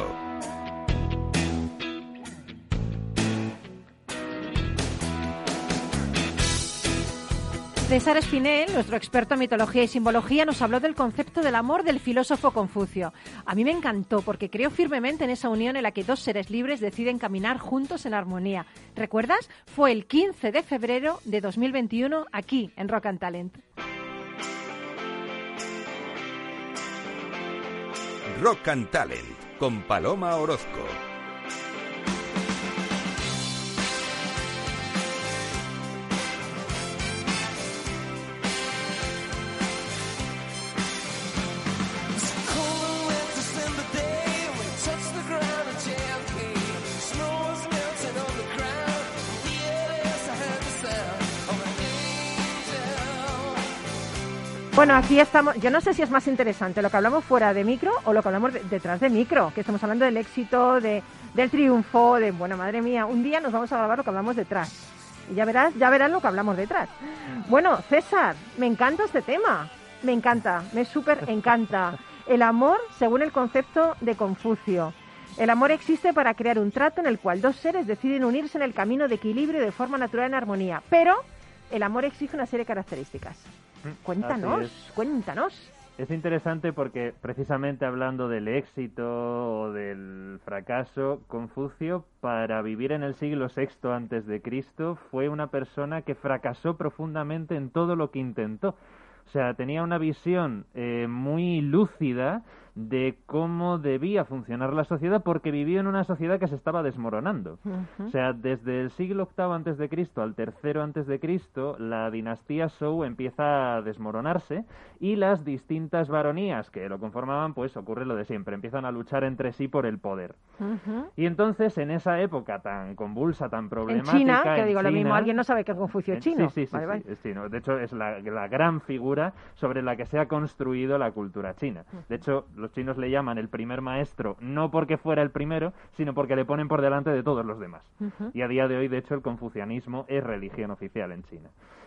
César Espinel, nuestro experto en mitología y simbología, nos habló del concepto del amor del filósofo Confucio. A mí me encantó porque creo firmemente en esa unión en la que dos seres libres deciden caminar juntos en armonía. ¿Recuerdas? Fue el quince de febrero de dos mil veintiuno aquí en Rock and Talent.
Rock and Talent, con Paloma Orozco.
Bueno, aquí estamos. Yo no sé si es más interesante lo que hablamos fuera de micro o lo que hablamos de- detrás de micro, que estamos hablando del éxito, de, del triunfo, de, bueno, madre mía, un día nos vamos a grabar lo que hablamos detrás. Y ya verás, ya verás lo que hablamos detrás. Bueno, César, me encanta este tema. Me encanta, me súper encanta. El amor según el concepto de Confucio. El amor existe para crear un trato en el cual dos seres deciden unirse en el camino de equilibrio de forma natural en armonía. Pero el amor exige una serie de características. Cuéntanos,
Así es.
cuéntanos.
Es interesante porque precisamente hablando del éxito o del fracaso, Confucio, para vivir en el siglo sexto antes de Cristo, fue una persona que fracasó profundamente en todo lo que intentó. O sea, tenía una visión eh, muy lúcida de cómo debía funcionar la sociedad porque vivía en una sociedad que se estaba desmoronando.
Ujú.
O sea, desde el siglo octavo antes de Cristo al tercero antes de Cristo, la dinastía Zhou empieza a desmoronarse y las distintas baronías que lo conformaban, pues ocurre lo de siempre, empiezan a luchar entre sí por el poder.
Ujú.
Y entonces, en esa época tan convulsa, tan
En
problemática,
China, que
en
digo lo mismo,
China-
alguien no sabe que es Confucio
en-
chino.
Sí, sí, sí,
Vale, vale.
sí, es chino. De hecho, es la, la gran figura sobre la que se ha construido la cultura china. De hecho, los chinos le llaman el primer maestro no porque fuera el primero, sino porque le ponen por delante de todos los demás.
Ujú.
Y a día de hoy, de hecho, el confucianismo es religión oficial en China.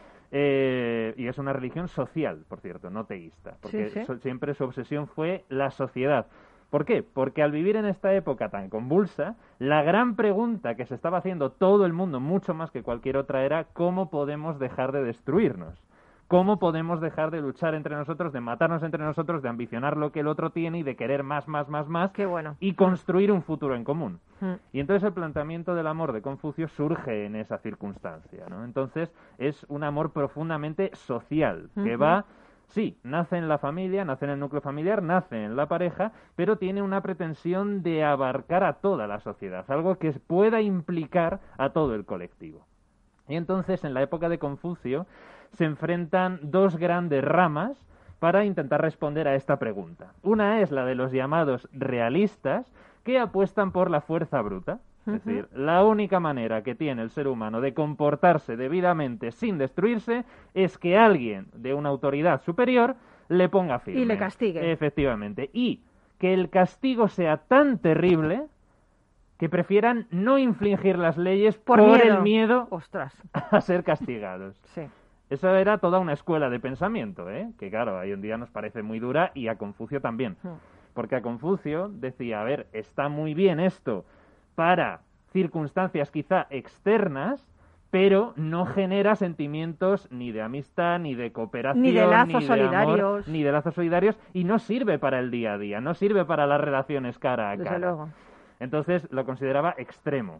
Eh, y es una religión social, por cierto, no teísta, porque
Sí, sí.
so- siempre su obsesión fue la sociedad. ¿Por qué? Porque al vivir en esta época tan convulsa, la gran pregunta que se estaba haciendo todo el mundo, mucho más que cualquier otra, era ¿cómo podemos dejar de destruirnos? ¿Cómo podemos dejar de luchar entre nosotros, de matarnos entre nosotros, de ambicionar lo que el otro tiene y de querer más, más, más, más
Qué bueno.
y construir un futuro en común?
Mm.
Y entonces el planteamiento del amor de Confucio surge en esa circunstancia, ¿no? Entonces es un amor profundamente social, que
Ujú.
va, sí, nace en la familia, nace en el núcleo familiar, nace en la pareja, pero tiene una pretensión de abarcar a toda la sociedad, algo que pueda implicar a todo el colectivo. Y entonces, en la época de Confucio, se enfrentan dos grandes ramas para intentar responder a esta pregunta. Una es la de los llamados realistas, que apuestan por la fuerza bruta. Es
Ujú.
decir, la única manera que tiene el ser humano de comportarse debidamente sin destruirse es que alguien de una autoridad superior le ponga firme.
Y le castigue.
Efectivamente. Y que el castigo sea tan terrible que prefieran no infligir las leyes
Por
por,
miedo.
el miedo
Ostras.
a ser castigados.
Sí.
Eso era toda una escuela de pensamiento, ¿eh? Que claro, hoy en día nos parece muy dura y a Confucio también.
Mm.
Porque a Confucio decía, a ver, está muy bien esto para circunstancias quizá externas, pero no genera sentimientos ni de amistad, ni de cooperación,
ni de lazos
ni de
solidarios,
amor, ni de lazos solidarios, y no sirve para el día a día, no sirve para las relaciones cara a
Desde
cara.
luego.
Entonces lo consideraba extremo.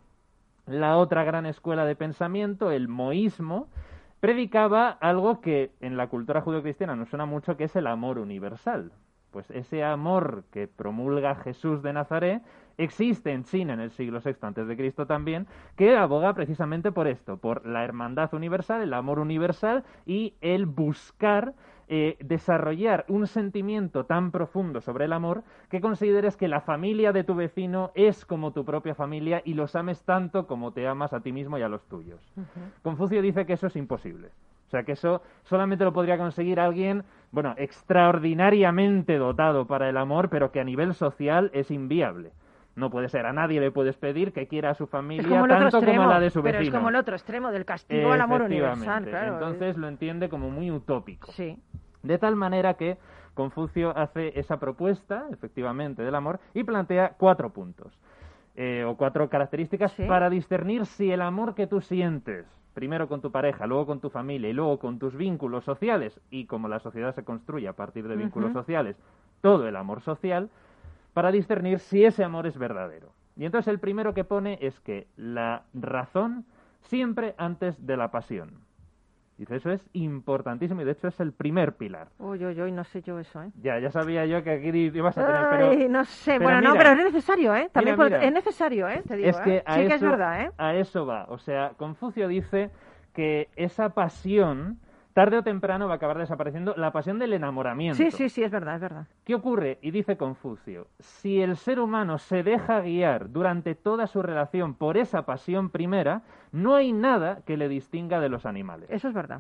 La otra gran escuela de pensamiento, el moísmo, predicaba algo que en la cultura judeocristiana nos suena mucho, que es el amor universal. Pues ese amor que promulga Jesús de Nazaret existe en China en el siglo sexto antes de Cristo también, que aboga precisamente por esto, por la hermandad universal, el amor universal y el buscar eh, desarrollar un sentimiento tan profundo sobre el amor que consideres que la familia de tu vecino es como tu propia familia y los ames tanto como te amas a ti mismo y a los tuyos. Uh-huh. Confucio dice que eso es imposible. O sea, que eso solamente lo podría conseguir alguien, bueno, extraordinariamente dotado para el amor, pero que a nivel social es inviable. No puede ser, a nadie le puedes pedir que quiera a su familia tanto
extremo,
como a la de su
pero
vecino.
Pero es como el otro extremo, del castigo al amor universal, claro.
Entonces lo entiende como muy utópico.
Sí.
De tal manera que Confucio hace esa propuesta, efectivamente, del amor, y plantea cuatro puntos, eh, o cuatro características ¿Sí? para discernir si el amor que tú sientes, primero con tu pareja, luego con tu familia y luego con tus vínculos sociales, y como la sociedad se construye a partir de vínculos uh-huh. sociales, todo el amor social, para discernir si ese amor es verdadero. Y entonces el primero que pone es que la razón siempre antes de la pasión. Dice, eso es importantísimo y de hecho es el primer pilar.
Uy, uy, uy, no sé yo eso, ¿eh?
Ya, ya sabía yo que aquí ibas a tener,
Ay,
pero...
no sé,
pero
bueno,
mira,
no, pero es necesario, ¿eh? También
mira, mira,
es necesario, ¿eh? Te digo,
es que
¿eh?
a
Sí
eso,
que es verdad, ¿eh?
A eso va, o sea, Confucio dice que esa pasión, tarde o temprano va a acabar desapareciendo, la pasión del enamoramiento.
Sí, sí, sí, es verdad, es verdad.
¿Qué ocurre? Y dice Confucio, si el ser humano se deja guiar durante toda su relación por esa pasión primera, no hay nada que le distinga de los animales.
Eso es verdad.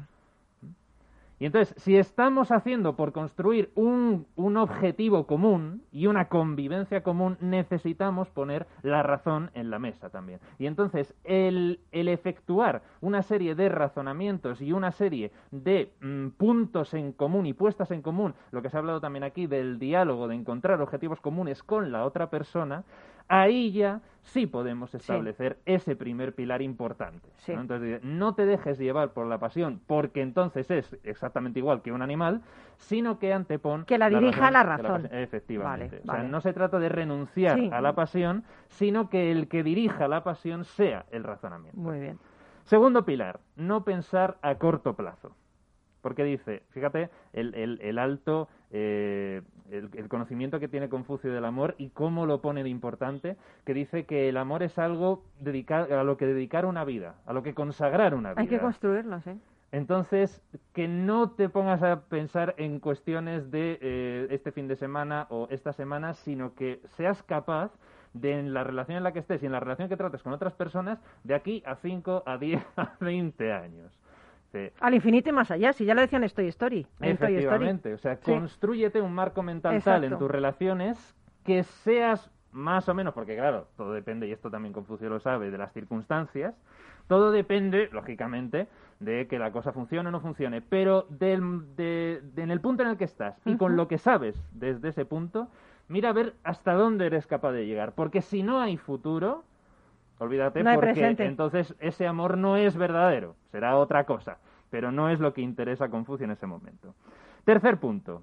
Y entonces, si estamos haciendo por construir un, un objetivo común y una convivencia común, necesitamos poner la razón en la mesa también. Y entonces, el, el efectuar una serie de razonamientos y una serie de mm, puntos en común y puestas en común, lo que se ha hablado también aquí del diálogo, de encontrar objetivos comunes con la otra persona, ahí ya sí podemos establecer sí. ese primer pilar importante. Sí. ¿no? Entonces, no te dejes llevar por la pasión, porque entonces es exactamente igual que un animal, sino que antepon...
Que la dirija
la
razón.
La razón. Efectivamente.
Vale,
o sea,
vale.
no se trata de renunciar sí. a la pasión, sino que el que dirija la pasión sea el razonamiento.
Muy bien.
Segundo pilar, no pensar a corto plazo. Porque dice, fíjate, el, el, el alto, eh, el, el conocimiento que tiene Confucio del amor y cómo lo pone de importante, que dice que el amor es algo dedicar, a lo que dedicar una vida, a lo que consagrar una vida.
Hay que construirlo, sí.
Entonces, que no te pongas a pensar en cuestiones de eh, este fin de semana o esta semana, sino que seas capaz de, en la relación en la que estés y en la relación que trates con otras personas, de aquí a cinco, a diez, a veinte años. Sí.
Al infinito y más allá, si ya lo decían en Toy Story. En
Efectivamente,
Toy Story.
o sea,
sí.
Constrúyete un marco mental
Exacto.
tal en tus relaciones que seas más o menos, porque claro, todo depende, y esto también Confucio lo sabe, de las circunstancias, todo depende, lógicamente, de que la cosa funcione o no funcione, pero del, de, de, en el punto en el que estás y uh-huh. con lo que sabes desde ese punto, mira a ver hasta dónde eres capaz de llegar, porque si no hay futuro... Olvídate,
no
porque
presente.
Entonces ese amor no es verdadero, será otra cosa, pero no es lo que interesa a Confucio en ese momento. Tercer punto,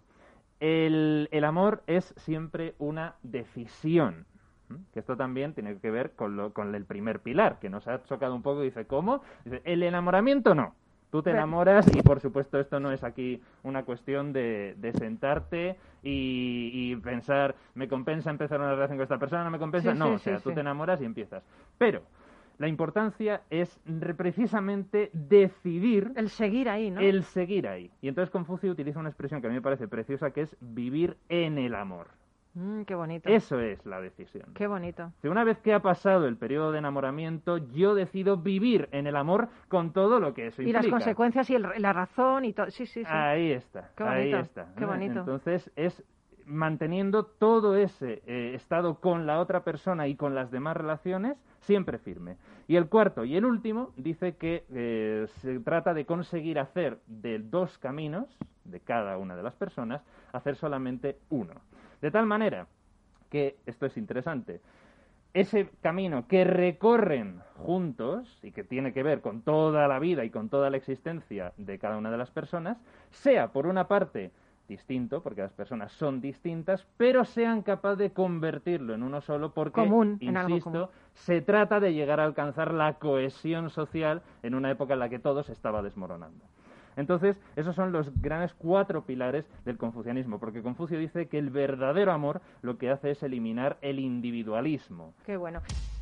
el, el amor es siempre una decisión, ¿Mm? que esto también tiene que ver con, lo, con el primer pilar, que nos ha chocado un poco, dice, ¿cómo? Dice, el enamoramiento no. Tú te enamoras y, por supuesto, esto no es aquí una cuestión de, de sentarte y, y pensar, ¿me compensa empezar una relación con esta persona? ¿No me compensa?
Sí,
no,
sí,
o sea,
sí,
tú
sí.
te enamoras y empiezas. Pero la importancia es precisamente decidir...
El seguir ahí, ¿no?
El seguir ahí. Y entonces Confucio utiliza una expresión que a mí me parece preciosa, que es vivir en el amor.
Mm, qué bonito.
Eso es la decisión.
Qué bonito.
Una vez que ha pasado el periodo de enamoramiento, yo decido vivir en el amor con todo lo que eso implica.
Y las consecuencias y el, la razón y todo. Sí, sí, sí.
Ahí está.
Qué bonito.
Ahí está.
Qué bonito.
Entonces es manteniendo todo ese eh, estado con la otra persona y con las demás relaciones siempre firme. Y el cuarto y el último dice que eh, se trata de conseguir hacer de dos caminos, de cada una de las personas, hacer solamente uno. De tal manera que, esto es interesante, ese camino que recorren juntos y que tiene que ver con toda la vida y con toda la existencia de cada una de las personas, sea por una parte distinto, porque las personas son distintas, pero sean capaces de convertirlo en uno solo porque,
común,
insisto,
en algo común.
Se trata de llegar a alcanzar la cohesión social en una época en la que todo se estaba desmoronando. Entonces, esos son los grandes cuatro pilares del confucianismo, porque Confucio dice que el verdadero amor lo que hace es eliminar el individualismo.
Qué bueno.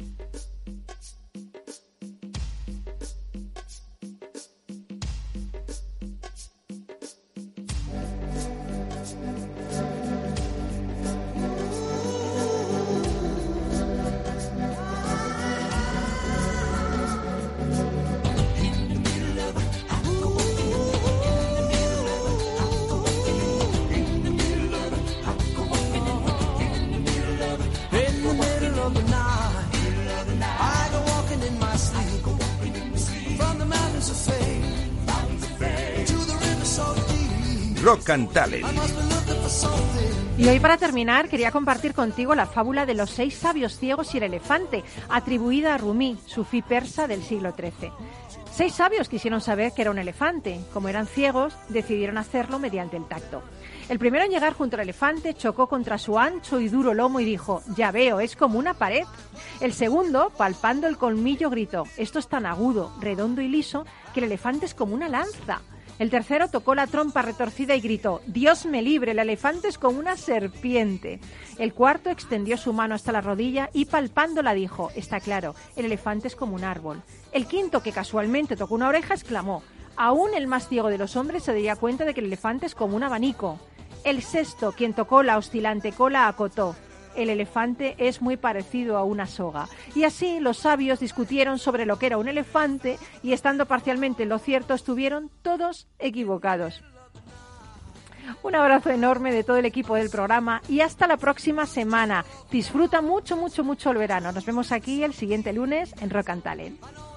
Rock and Talent.
Y hoy, para terminar, quería compartir contigo la fábula de los seis sabios ciegos y el elefante, atribuida a Rumi, sufí persa del siglo trece. Seis sabios quisieron saber qué era un elefante. Como eran ciegos, decidieron hacerlo mediante el tacto. El primero en llegar junto al elefante chocó contra su ancho y duro lomo y dijo: «Ya veo, es como una pared». El segundo, palpando el colmillo, gritó: «Esto es tan agudo, redondo y liso que el elefante es como una lanza». El tercero tocó la trompa retorcida y gritó: «Dios me libre, el elefante es como una serpiente». El cuarto extendió su mano hasta la rodilla y palpándola dijo: «Está claro, el elefante es como un árbol». El quinto, que casualmente tocó una oreja, exclamó: «Aún el más ciego de los hombres se daría cuenta de que el elefante es como un abanico». El sexto, quien tocó la oscilante cola, acotó: «El elefante es muy parecido a una soga». Y así los sabios discutieron sobre lo que era un elefante y, estando parcialmente en lo cierto, estuvieron todos equivocados. Un abrazo enorme de todo el equipo del programa y hasta la próxima semana. Disfruta mucho, mucho, mucho el verano. Nos vemos aquí el siguiente lunes en Rock and Talent.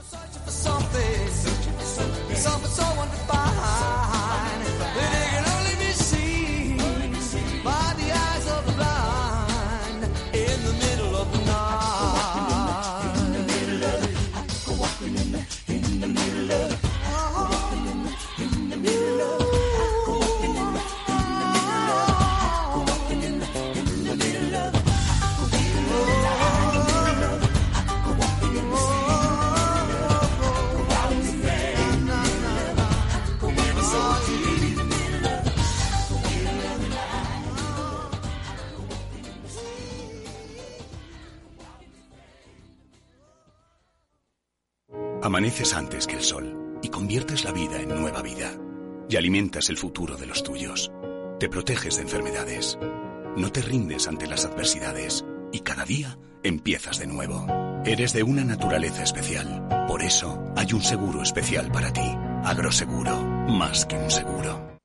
Amaneces antes que el sol y conviertes la vida en nueva vida. Y alimentas el futuro de los tuyos. Te proteges de enfermedades. No te rindes ante las adversidades. Y cada día empiezas de nuevo. Eres de una naturaleza especial. Por eso hay un seguro especial para ti. Agroseguro. Más que un seguro.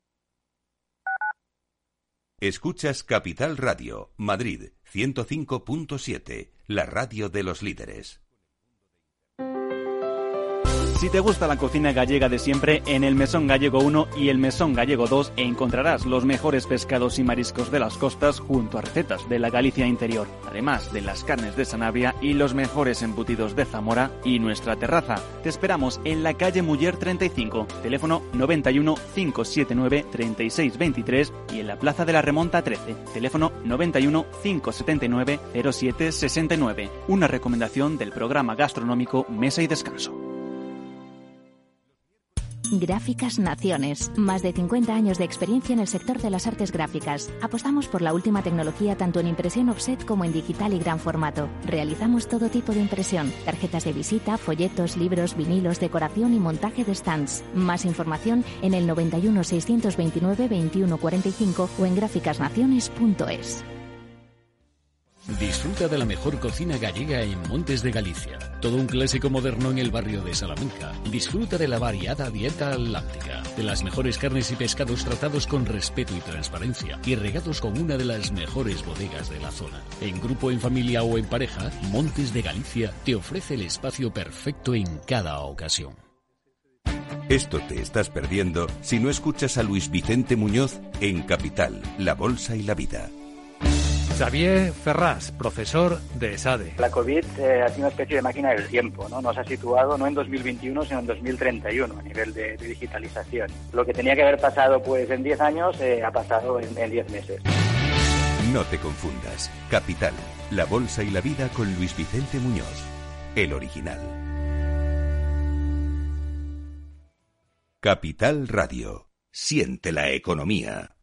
Escuchas Capital Radio, Madrid, ciento cinco punto siete, la radio de los líderes.
Si te gusta la cocina gallega de siempre, en el Mesón Gallego uno y el Mesón Gallego dos encontrarás los mejores pescados y mariscos de las costas junto a recetas de la Galicia interior, además de las carnes de Sanabria y los mejores embutidos de Zamora y nuestra terraza. Te esperamos en la calle Muller treinta y cinco, teléfono noventa y uno, cinco setenta y nueve, treinta y seis veintitrés y en la Plaza de la Remonta trece, teléfono noventa y uno, cinco setenta y nueve, cero siete sesenta y nueve. Una recomendación del programa gastronómico Mesa y Descanso.
Gráficas Naciones. Más de cincuenta años de experiencia en el sector de las artes gráficas. Apostamos por la última tecnología tanto en impresión offset como en digital y gran formato. Realizamos todo tipo de impresión. Tarjetas de visita, folletos, libros, vinilos, decoración y montaje de stands. Más información en el noventa y uno, seiscientos veintinueve, veintiuno cuarenta y cinco o en gráficas naciones punto es.
Disfruta de la mejor cocina gallega en Montes de Galicia. Todo un clásico moderno en el barrio de Salamanca. Disfruta de la variada dieta atlántica, de las mejores carnes y pescados tratados con respeto y transparencia y regados con una de las mejores bodegas de la zona. En grupo, en familia o en pareja, Montes de Galicia te ofrece el espacio perfecto en cada ocasión.
Esto te estás perdiendo si no escuchas a Luis Vicente Muñoz en Capital, La Bolsa y la Vida.
Xavier Ferrás, profesor de ESADE.
La COVID eh, ha sido una especie de máquina del tiempo, ¿no? Nos ha situado no en dos mil veintiuno, sino en dos mil treinta y uno a nivel de, de digitalización. Lo que tenía que haber pasado pues en diez años eh, ha pasado en, en diez meses.
No te confundas. Capital, la bolsa y la vida con Luis Vicente Muñoz, el original. Capital Radio. Siente la economía.